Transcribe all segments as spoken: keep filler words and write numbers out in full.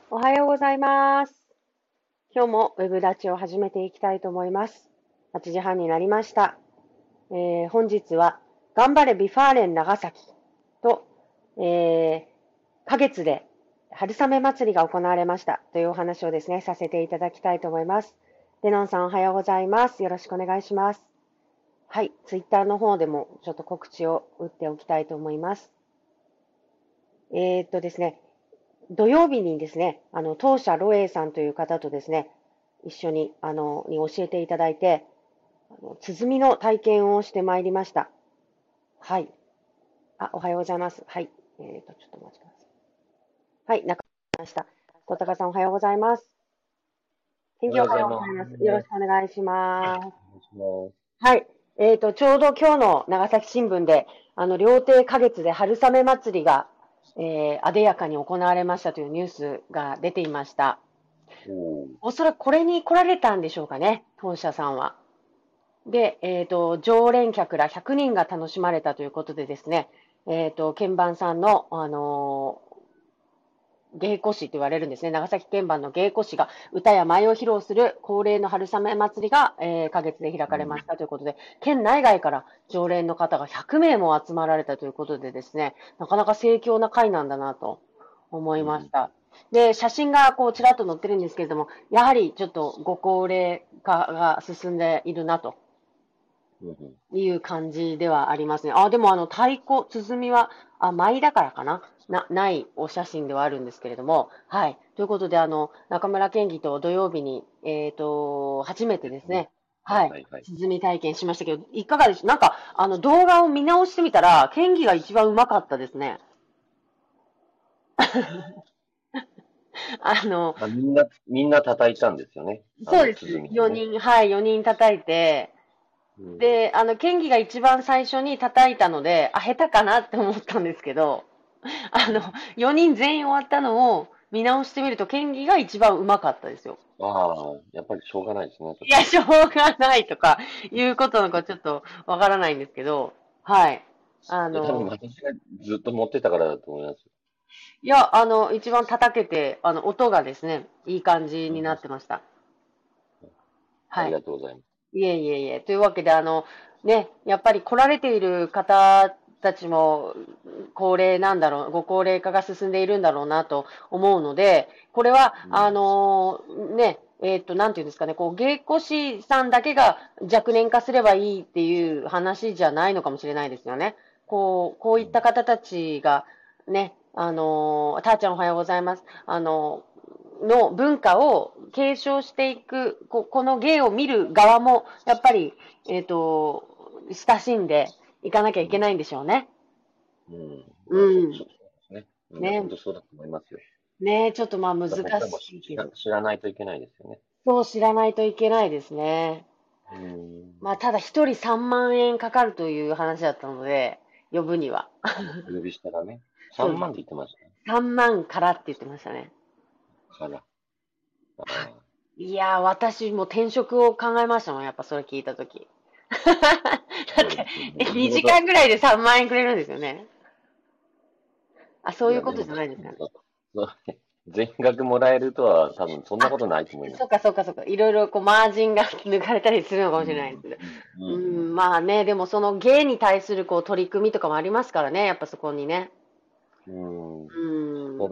おはようございます。今日もウェブ立ちを始めていきたいと思います。はちじはんになりました。えー本日は、頑張れビファーレン長崎と、えー、花月で春雨祭りが行われましたというお話をですね、させていただきたいと思います。デノンさんおはようございます。よろしくお願いします。はい、ツイッターの方でもちょっと告知を打っておきたいと思います。えーっとですね、土曜日にですね、あの、当社ロエさんという方とですね、一緒に、あの、に教えていただいて、あの、鼓の体験をしてまいりました。はい。あ、おはようございます。はい。えっと、ちょっとお待ちください。はい、中ました。小高さんおはようございます。返おはようござい事おはようごます。 ざいます。よろしくお願いします。 お願いします。 はい。えっと、ちょうど今日の長崎新聞で、あの、料亭花月で春雨祭りが、えー、あでやかに行われましたというニュースが出ていました。 おー。 おそらくこれに来られたんでしょうかね、当社さんは。で、えっと、常連客らひゃくにんが楽しまれたということでですね、えっと、鍵盤さんの、あのー芸妓師と言われるんですね。長崎鍵盤の芸妓師が歌や舞を披露する恒例の春雨祭りが、えー、花月で開かれましうん。 たということで、県内外から常連の方がひゃくめいも集まられたということでですね、なかなか盛況な会なんだなと思いうん。 ました。で、写真がこうちらっと載ってるんですけれども、やはりちょっとご高齢化が進んでいるなとうん。 いう感じではありますね。あ、でもあの太鼓、鼓は、あ、舞だからかなな、ないお写真ではあるんですけれども、はい。ということで、あの、中村県議と土曜日に、えっと、初めてですね。 ですね、はい。 はいはい。 鼓体験しましたけど、いかがでしょうなんか、あの、動画を見直してみたら、県議が一番うまかったですね。あの、 あ、みんな、みんな叩いたんですよね。あの、 そうです。 鼓をね。 よにん、はい、よにん叩いて、 うん。 で、あの、県議が一番最初に叩いたので、あ、下手かなって思ったんですけど、あの、 うん。 よにん全員終わったのを見直してみると、県議が一番うまかったですよ。 ああ、やっぱりしょうがないですね、そいや、 したら。 しょうがないとか、いうことなのかちょっとわからないんですけど、はい。あいや、多分の、 私がずっと持ってたからだと思います。 いや、あの、一番叩けて、あの、音がですね、いい感じになうん。 ってました。 ありはい。 がとうございます。 いえいえいえ。というわけで、あの、ね、やっぱり来られている方たちも、高齢なんだろう、ご高齢化が進んでいるんだろうなと思うので、これは、あうん。 の、ね、えっと、なんていうんですかね、こう、芸妓師さんだけが若年化すればいいっていう話じゃないのかもしれないですよね。こう、こういったうん。 方たちが、ね、あの、たーちゃんおはようございます。あの、の文化を継承していく、ここの芸を見る側も、やっぱり、えっと、親しんでいかなきゃいけないんでしょうね。 うん。まあ、そ、そ、 うん。 そうですね。うん。いや、本ね。 当そうだと思いますよ。 ね、ちょっとまあ難だから僕らも知ら、 しいけど、 知らないといけないですよね。 そう知らないといけないですね。 うん。 まあ、ただ一人さんまん円かかるという話だったので、呼ぶには。 お呼びしたらね。3 そうです。 万って言ってましたね。 さんまんからって言ってましたね。 から。ああ。 いやー、私も転職を考えましたもん、やっぱそれ聞いたとき。だって、 そうですよね。 え2 何事、 時間ぐらいでさんまん円くれるんですよね。あ、そういや、 いうことでも、 じゃないですかね。 そうそう全額もらえるとは多分そんなあ、 ことないと思います。 そっかそっかそっか。いろいろこう、マージンが抜かれたりするのかもしれないでうん、 すけど。 うん、 ううん。 ん、まあね、でもその芸に対するこう、取り組みとかもありますからね、やっぱそこにね。 うん。うん。いうん。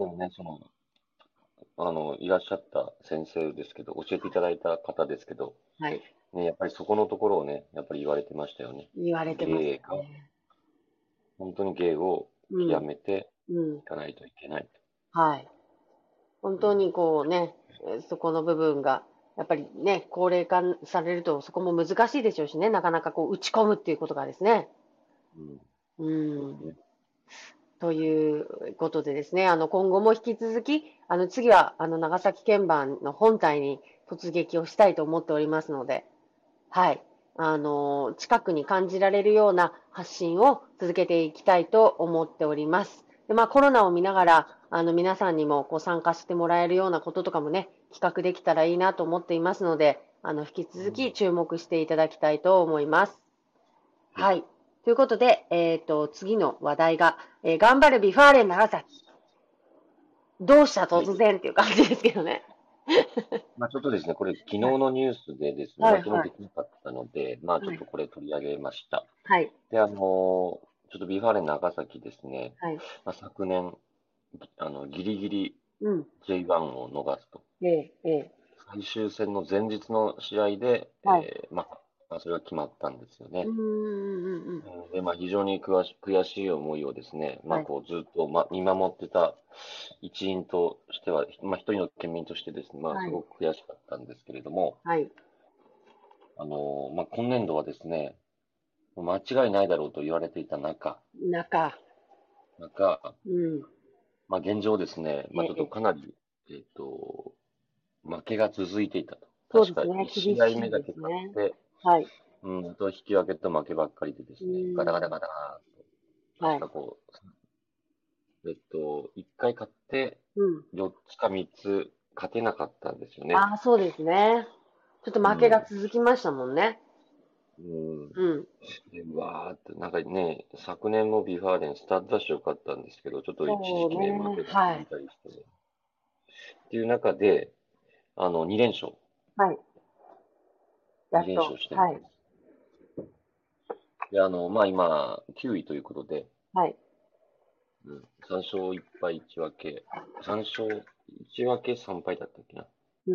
や、でもね、その、あの、いらっしゃった先生ですけど、教えていただいた方ですけど、 はい。 ね、やっぱりそこのところをね、やっぱり言われてましたよね。 言われてまし芸が、 たね。 本当に芸を極うん。 めてうん。 いかないといけないと。 はい。本うん。 当にこうね、えそこの部分が、やっぱりね、高齢化されるとそこも難しいでしょうしね、なかなかこう打ち込むっていうことがですね。 うん。 うん。 そうですね。 ということでですね、あの、今後も引き続き、あの、次は、あの、長崎県版の本体に突撃をしたいと思っておりますので、はい。あの、近くに感じられるような発信を続けていきたいと思っております。で、まあ、コロナを見ながら、あの、皆さんにもこう参加してもらえるようなこととかもね、企画できたらいいなと思っていますので、あの、引き続き注目していただきたいと思います。 はい。 はい。ということで、えっと、次の話題が、えー頑張るビファーレン長崎。 どうしたはい。 突然っていう感じですけどね。 まあちょっとですね、これ昨日はい。 のニュースでですね、まあ昨日はいはい。 できなかったので、まあちょはい。 っとこれ取り上げました。 はい。 で、あのーちょっとビーファーレン長崎ですね、 はい。 まあ、昨年、あの、ギリギリうん。 ジェイワン を逃すと。 ええ、ええ。 最終戦の前日の試合で、 はい。 えーまあ、まあそれが決まったんですよね。 うんうんうんうん。 うんで、まあ、非常に悔し、悔しい思いをですね、まあ、 はい。 こう、ずっと、まあ、見守ってた一員としては、まあ、一人の県民としてですね、まあ、 はい。 すごく悔しかったんですけれども、 はい。 あのーまあ、今年度はですね、もう間違いないだろうと言われていた中、 中。 中、 うん。 まあ、現状ですね、まあ、ちょっとええ。 かなり、えっと、負けが続いていたと。確かそうですね。 1 厳試合しいで目だけすね。 勝って、 はい。 うん、あと引き分けと負けばっかりででうすね、ガタガタん。 ガタガタ、 はい。 確かこう、えっと、いっかい勝って、 うん。 よっつかみっつ勝てなかったんですよね。 ああ、そうですね。ちょっと負けがうん。 続きましたもんね。 うん。 うん。 で、うわーって、なんかね、昨年もビファーレンスタートダッシュ良かったんですけど、ちょっと一時そう期ね、負ね。 けが続はい。 いたりしてね。っていう中で、あの、に連勝、 はい。やにっと。 連勝してます。 はい。 で、あの、まあ今、きゅういということで、 はい。 うん、さん勝いっ敗いち分け、さん勝いち分けさん敗だったっけな。 うん。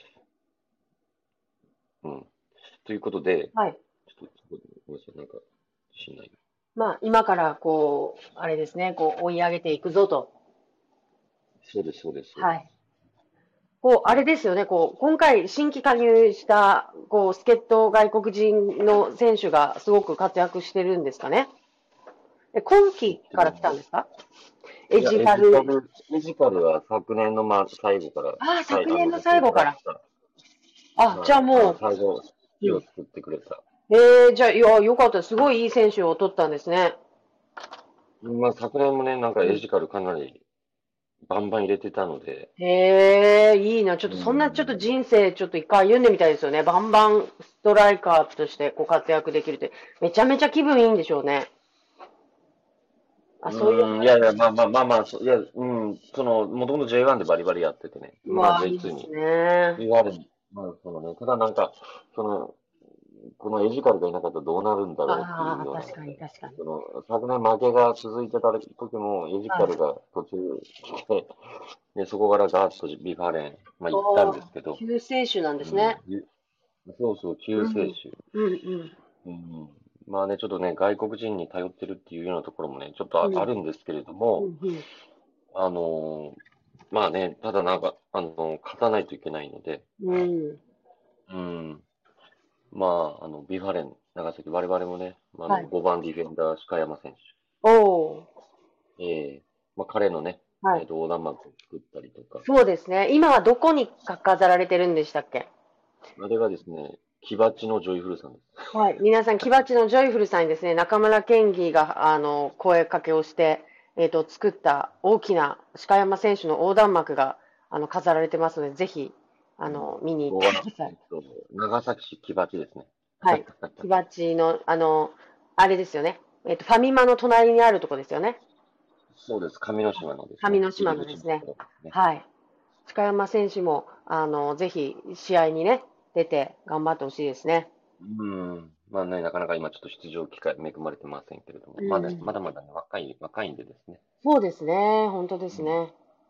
うん。ということで、 はい。 ちょっと、ごめんなさい、なんか、自信ない。 まあ、今からこう、あれですね、こう追い上げていくぞと。 そうです、そうです、そうです。 はい。こう、あうん。 れですよね、こう、今回新規加入した、こう、助っ人外国人の選手がすごく活躍してるんですかね。え、今言っ季からてるんで。 来たんですか？エいや、 ジエカル。 ジカル、エジカルは昨年の、ま、最後から、 ああ、 さい、あの、 昨年の途中最後から。 から来た。 あ、じゃあはい。あの、 も最後、 う、うん。 火を作ってくれた。 えー、じゃあ、いや、よかった。すごいいい選手を取ったんですね。 まあ、昨年もね、なんかうん。 エジカルかなりバンバン入れてたので、 へえ、いいな。ちょっとうそんなちょっとん。 人生ちょっと一回歩んでみたいですよね。バンバンストライカーとしてこう活躍できるって。めちゃめちゃ気分いいんでしょうね。あ、そういううん、いやいや、まあまあまあまあ、そいや、うん、その、もともと ジェイワン でバリバリやっててね、まあうわ、いいでジェイツーすにね。 言われる。まあ、そのね、ただなんか、その、このエジカルがいなかったらどうなるんだろうっていうああ、 ような確かにね、 確かに。 その、昨年負けが続いてた時も、エジはい。 カルが途中来て、で、そこからガーッとビファーレン、まあ行ったんおー、 ですけど、 救世主なんでうん、 すね。 ゆそうそう、 うん。 救世主。 うんうんうん、まあね、ちょっとね、外国人に頼ってるっていうようなところもね、ちょっとあ、あうん。 るんですけれども、 うんうん。 あのーまあね、ただなんか、あのー勝たないといけないので、 うん。 うん、まあ、あの、ビファレン、長崎、我々もね、あの、 はい。 ごばんディフェンダー、鹿山選おー。 手、ええまあ、彼のね、 はい。 えっと、横断幕を作ったりとか、 そうですね。今はどこにか飾られてるんでしたっけ？ あれがですね、木鉢のジョイフルさんです。 はい。皆さん、木鉢のジョイフルさんにですね、中村健義が、あの、声かけをして、えっと、作った大きな鹿山選手の横断幕が、あの、飾られてますので、ぜひ、あうん、 の、見に行っここは、 てください。 えっと、長崎市木鉢ですね。 はい。木鉢の、あの、あれですよね。えっと、ファミマの隣にあるとこですよね。 そうです。上の島のですね、 上の島入り口のですね。 のところですね。 はい。鹿山選手も、あの、ぜひ、試合にね、出て頑張ってほしいですね。 うん。まあね、なかなか今ちょっと出場機会恵まれてませんけれども、まだ、 うん。 まだまだね、若い、若いんでですね。 そうですね。本当でうん。 すね。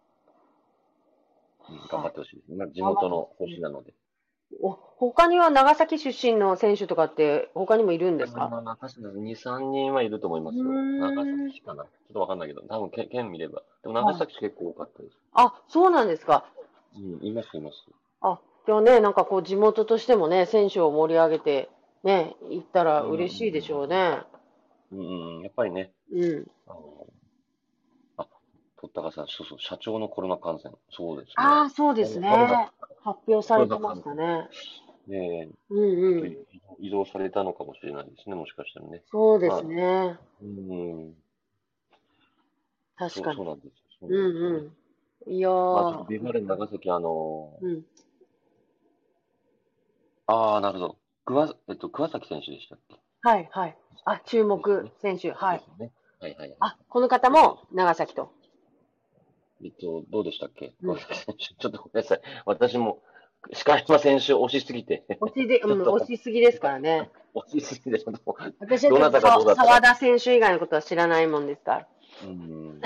うん、頑はい。 張ってほしいです。まあ、地頑張っ元のてほしいね。 星なので。 お、他には長崎出身の選手とかって他にもいるんですか？ ああ、確かにに、さんにんはいると思いうますよ。長ーん。 崎市かなちょっとわかんないけど、多分県、県見れば。でも長はい。 崎市結構多かったです。 あ、そうなんですか。 うん、います、います。 あ、じゃあね、なんかこう地元としてもね、選手を盛り上げて、ね、行ったらうん、うん、 嬉しいでしょうね。 うん。うん、うん、やっぱりね、 うん。 あの、あ、とったかさん、そうそう、社長のコロナ感染。そうですね。 ああ、そうです春春のね。発表さコロれてまナ感染。 したね。 ねえ、 うんうん。 ちょっと移動移動されたのかもしれないですね、もしかしたらね。 そうですまあ、 ね。 うん、そう、 確かに。 そうなんですよ。そううなんですよね。 んうん。いやまあちょっとー、 ビファレン長崎、あのうん。 ああ、なるほど。桑、えっと、桑崎選手でしたっけはいはい。あ、注ですよね。 目選手。はい。 ですよね。はいはいはいはい。 あ、この方そうそうも長崎と。 えっと、どうでしたっけうん。 川崎選手。ちょっとごめんなさい。私も、鹿山選手推しすぎて、 推しで、うちょっん、 と、 推しすぎですからね。 推しすぎて、ちょっと、 私はちょっとどなたかどうだったか。 さ沢田選手以外のことは知らないもんですから。 うん。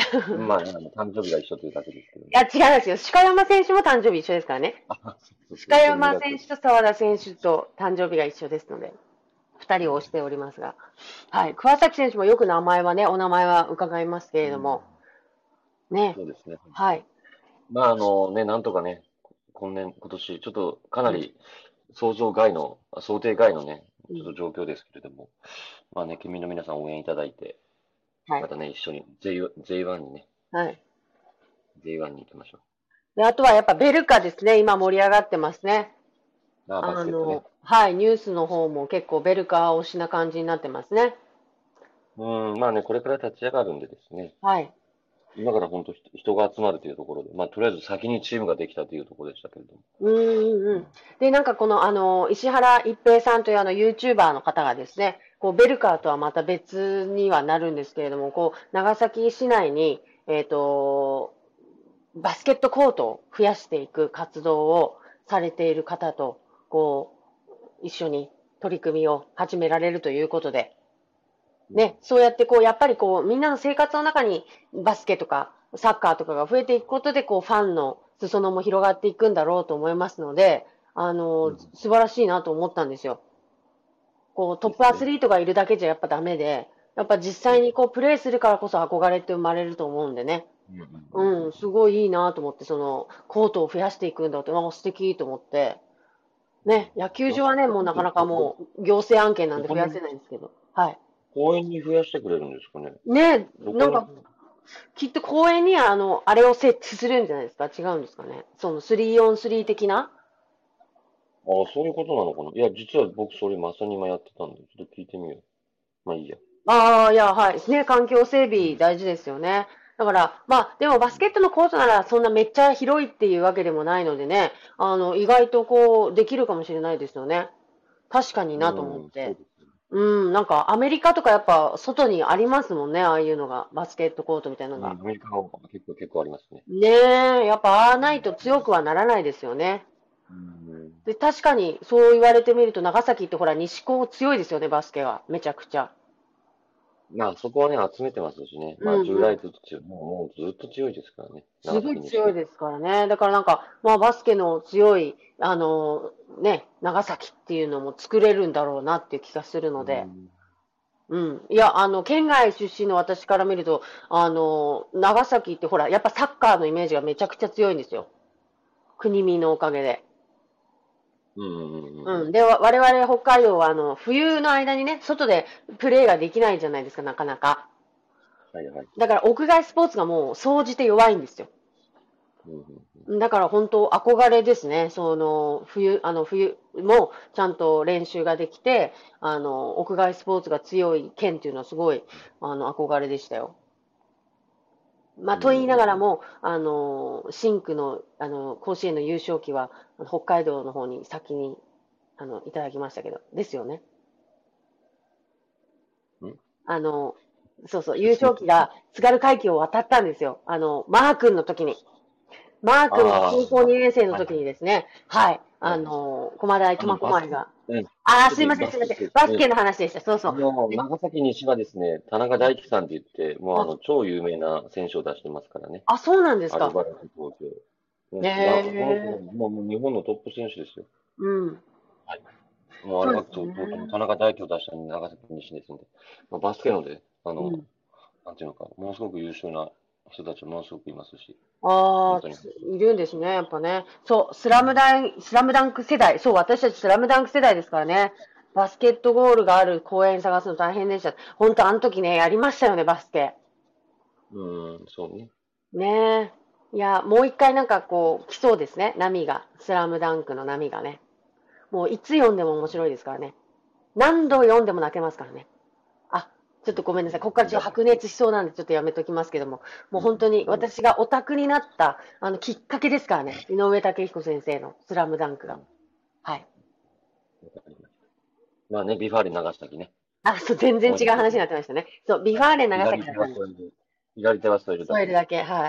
まあ、あの誕生日が一緒というだけですけどね。 いや、違うんですよ。鹿山選手も誕生日一緒ですからね。 あ、そうそうそう、 鹿一緒に2 山選手月。 と沢田選手と誕生日が一緒ですので、二人を推しておりますが。はい。桑崎選手もよく名前はね、お名前は伺いますけれうん。 ども、ね。 そうですね。 はい。 まあ、あのね、なんとかね、今年、今年、ちょっとかなうん。 り想像外の、想定外のね、 うん。 ちょっと状況ですけれども、まあね、県民の皆さん応援いただいて、 はい。 またね、一緒に J、ジェイワン にね、 はい。 ジェイワン に行きましょで、あとはやっぱベルカですね。今盛り上がってますね。 う。ああ、バスケットね。 あの、はい。ニュースの方も結構ベルカ推しな感じになってますね。 うん、まあね、これから立ち上がるんでですね、 はい。 今から本当人人が集まるというところで、まあとりあえず先にチームができたというところでしたけれども。 うんうんうん。で、なんかこの、あの、石原一平さんというあの、YouTuber の方がですね、こう、ベルカーとはまた別にはなるんですけれども、こう、長崎市内に、えっと、バスケットコートを増やしていく活動をされている方と、こう、一緒に取り組みを始められるということで、ね、そうやってこう、やっぱりこう、みんなの生活の中にバスケとかサッカーとかが増えていくことで、こう、ファンの裾野も広がっていくんだろうと思いますので、あの、 うん、 素晴らしいなと思ったんですよ。こう、トッですね。 プアスリートがいるだけじゃやっぱダメで、やっぱ実うん、 際にこう、プレーするからこそ憧れって生まれると思うんでね。 うん、うん、うん。 うん、すごいいいなと思って、その、コートを増やしていくんだって、まあ、素敵と思って。ね、野球バス場はね、 ケットコート、 もうなかなかどこ、 もう、行政案件なんどこに、 で増やせないんですけど。はい。 公園に増やしてくれるんですかね。 ね、 どこに、 なんかきっと公園には、あの、あれを設置するんじゃないですか？違うんですかね？その スリーオンスリー 的な。 ああ、そういうことなのかな。いや、実は僕それまさに今やってたんで、ちょっと聞いてみよう。まあいいや。 ああ、いや、はい。ね、環境整うん。 備大事ですよね。だから、まあ、でもバスケットのコートならそんなめっちゃ広いっていうわけでもないのでね、あの、意外とこう、できるかもしれないですよね。確かになと思っうん、そうて。 ですね。 うん、なんかアメリカとかやっぱ外にありますもんね、ああいうのが。バスケットコートみたいなのうん、 が。 アメリカの方が結構結構ありますね。 ねえ、やっぱああうん、 ないと強くはならないですよね。 うん。 で、確かにそう言われてみると長崎ってほら西高強いですよね、バスケが。めちゃくちゃ。 まあ、そこはね、集めてますしね。まあ、従うんうん。 来ずっと強い。もう、もうずっと強いですからね。長すごい崎にして。 強いですからね。だからなんか、まあバスケの強い、あの、ね、長崎っていうのも作れるんだろうなっていう気がするうので。 ん。 うん。いや、あの、県外出身の私から見ると、あの、長崎ってほら、やっぱサッカーのイメージがめちゃくちゃ強いんですよ。国民のおかげで。 うんうんうんうん。 うん。で、わ我々北海道は、あの、冬の間にね、外でプレーができないじゃないですか、なかなか。 はいはい。 だから屋外スポーツがもう総じて弱いんですよ。 うんうんだから本当憧れですね。その、冬、あの、冬もちゃんと練習ができて、あの、屋外スポーツが強い県っていうのはすごい、あの、憧れでしたよ。まあ、 うん。 と言いながらうん。 も、あの、深紅の、あの、甲子園の優勝旗は、北海道の方に先に、あの、いただきましたけど、ですよね。 うん。 あの、そうそう、優勝旗が津軽海峡を渡ったんですよ。あの、マー君の時に。マー君がああ、 高校にねん生の時はいはい。 にですね、はい、あはいはい。 の、駒大あの、 苫小バスケ、 牧が、 うん。 あー、 ちょっとすいません、すいません。 バスケット、うん。 バスケの話でした。そうそう。 あの、長崎西はですね、田中大輝さんって言って、もうああ、 の、超有名な選手を出してますからね。 あ、そうなんですか。 アルバルク東京。もうねすば、この子、 え。 もうもう日本のトップ選手ですよ。 うん。 はい。もうあれは、 そうですと東京のね。 田中大輝を出した長崎西ですんで、まあ、バスケので、あの、 うん。 なんていうのか、ものすごく優秀な人たちものすごくいますし、本ああ、 当に。 ついるんですね、やっぱね。そう、スラムダン、スラムダンク世代。そう、私たちスラムダンク世代ですからね。バスケットゴールがある公園探すの大変でした。本当あの時ね、やりましたよね、バスケ。 うん、そうね。 ねえ。いや、もう一回なんかこう、来そうですね、波が。スラムダンクの波がね。もういつ読んでも面白いですからね。何度読んでも泣けますからね。あ、ちょっとごめんなさい。ここからちょっと白熱しそうなんでちょっとやめときますけども。もううん、 本当にうん、 私がオタクになった、あの、きっかけですからね。井上武彦先生のスラムダンクが。 うん。 はい。 わかりました。まあね、ビファーレ長崎ね。 あ、そう、全然思い出しておき違う話になってましたね。そう、ビファーレ長左手崎だったんです。 は添える。左手は添えるだけです。 添えるだけ、はい。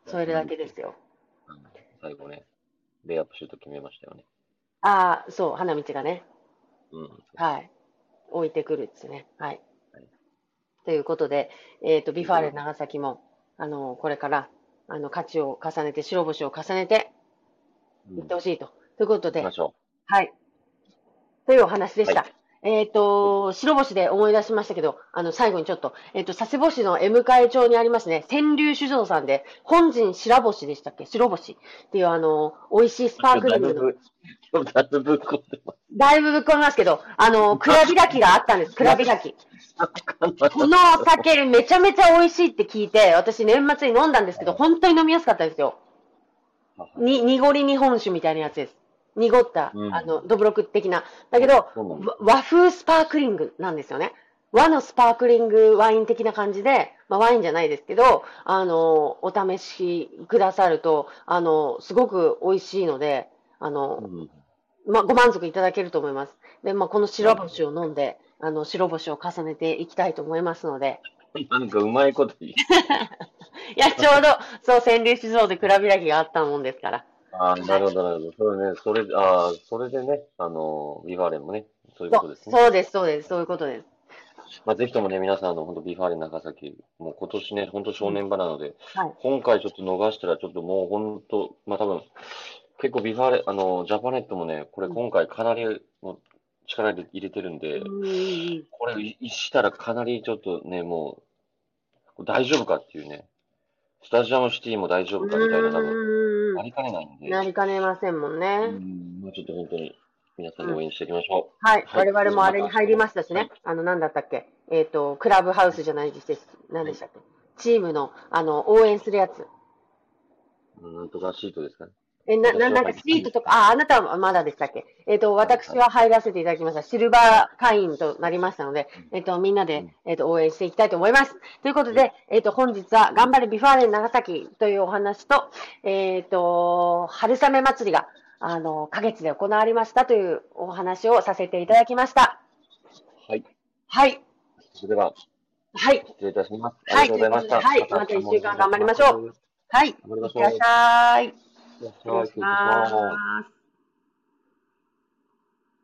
それだけですよ。 うん最後ね、レイアップシュート決めましたよね。 ああ、そう、花道がね。 うん。そうはい。置いてくるですね。はい。 はいということで、えっと、ビファーレンという長崎も、あの、これから、あの、勝ちを重ねて、白星を重ねてうん。 いってほしいと。ということで、 行きましょはい。というお話でう。はい。 した。えっと、白星で思い出しましたけど、あの、最後にちょっと、えっと、佐世保市の江迎町にありますね、川柳酒造さんで、本陣白星でしたっけ白星っていうあの、美味しいスパー今日クリングの、 だいぶぶ、今日だいぶぶっこんでます。 だいぶぶっ込みますけど、あの、蔵開きがあったんです、蔵開き。このお酒めちゃめちゃ美味しいって聞いて、私年末に飲んだんですけど、本当に飲みやすかったですよ。に、濁り日本酒みたいなやつです。濁った、 うんあの、どぶろく的な。だけど、 そうなんだわ和風スパークリングなんですよね。和のスパークリングワイン的な感じで、まあワインじゃないですけど、あの、お試しくださると、あの、すごく美味しいので、あの、 うん。 まあ、ご満足いただけると思います。で、まあ、この白なるほ星を飲んで、あの、白星を重ねていきたいと思いますので。 ど。なんかうまいこと言う。 いや、ちょうど、そう、川柳酒造で蔵開きがあったもんですから。 ああ、なるほど、なるほど。それね、それ、ああ、それでね、あの、ビファーレンもね、そういうそう、 ことですね。 そうです、そうです、そういうことです。 まあ、ぜひともね、皆さん、あの、本当ビファーレン長崎、もう今年ね、本当正うん、 念場なので、 はい。 今回ちょっと逃したら、ちょっともう本当、まあ多分、結構ビファーレン、あの、ジャパネットもね、これうん、 今回かなりもう力入れてるんうで、 ん、うん。 これ、いしたらかなりちょっとね、もう、大丈夫かっていうね、スタジアムシティも大丈夫かみたいな、多分、 うーん。 ありかねないんで、 なりかねませんもんうね。 ん、まあちょっと本当に、皆さんうん。 で応援していきましょう。 はい。 はい。 我々 じゃあまた明もあれに入り日も。 ましたしね。 はい。 あの、なんだったっけ。えっと、クラブハウスじゃないです。何はい。 でしたっけ。チームの、あの、応援するやつ。 うんなんとかシートですかね。 え、な、な、 私はなんか入ってないんです。 シートとか、あ、あなたはまだでしたっけ。えっと、 はいはい。 私は入らせていただきました。シルバー会員となりましたので、えっと、みんなで、 うん。 えっと、応援していきたいと思います。ということはい。 で、えっと、本日は、頑張れビファーレン長崎というお話と、えっと、春雨祭りが、あの、花月で行われましたというお話をさせていただきました。 はい。 はい。 それでは、 はい。 失礼いたします。ありがはい。 とうごということで、 ざいました。 はい。 またまた一明日もお願い週間頑張りいたします。 ましょう。はい。 頑張りいってらっしましょう。 ゃい。 いらっしゃい。 失礼し失礼いたしまます。 す。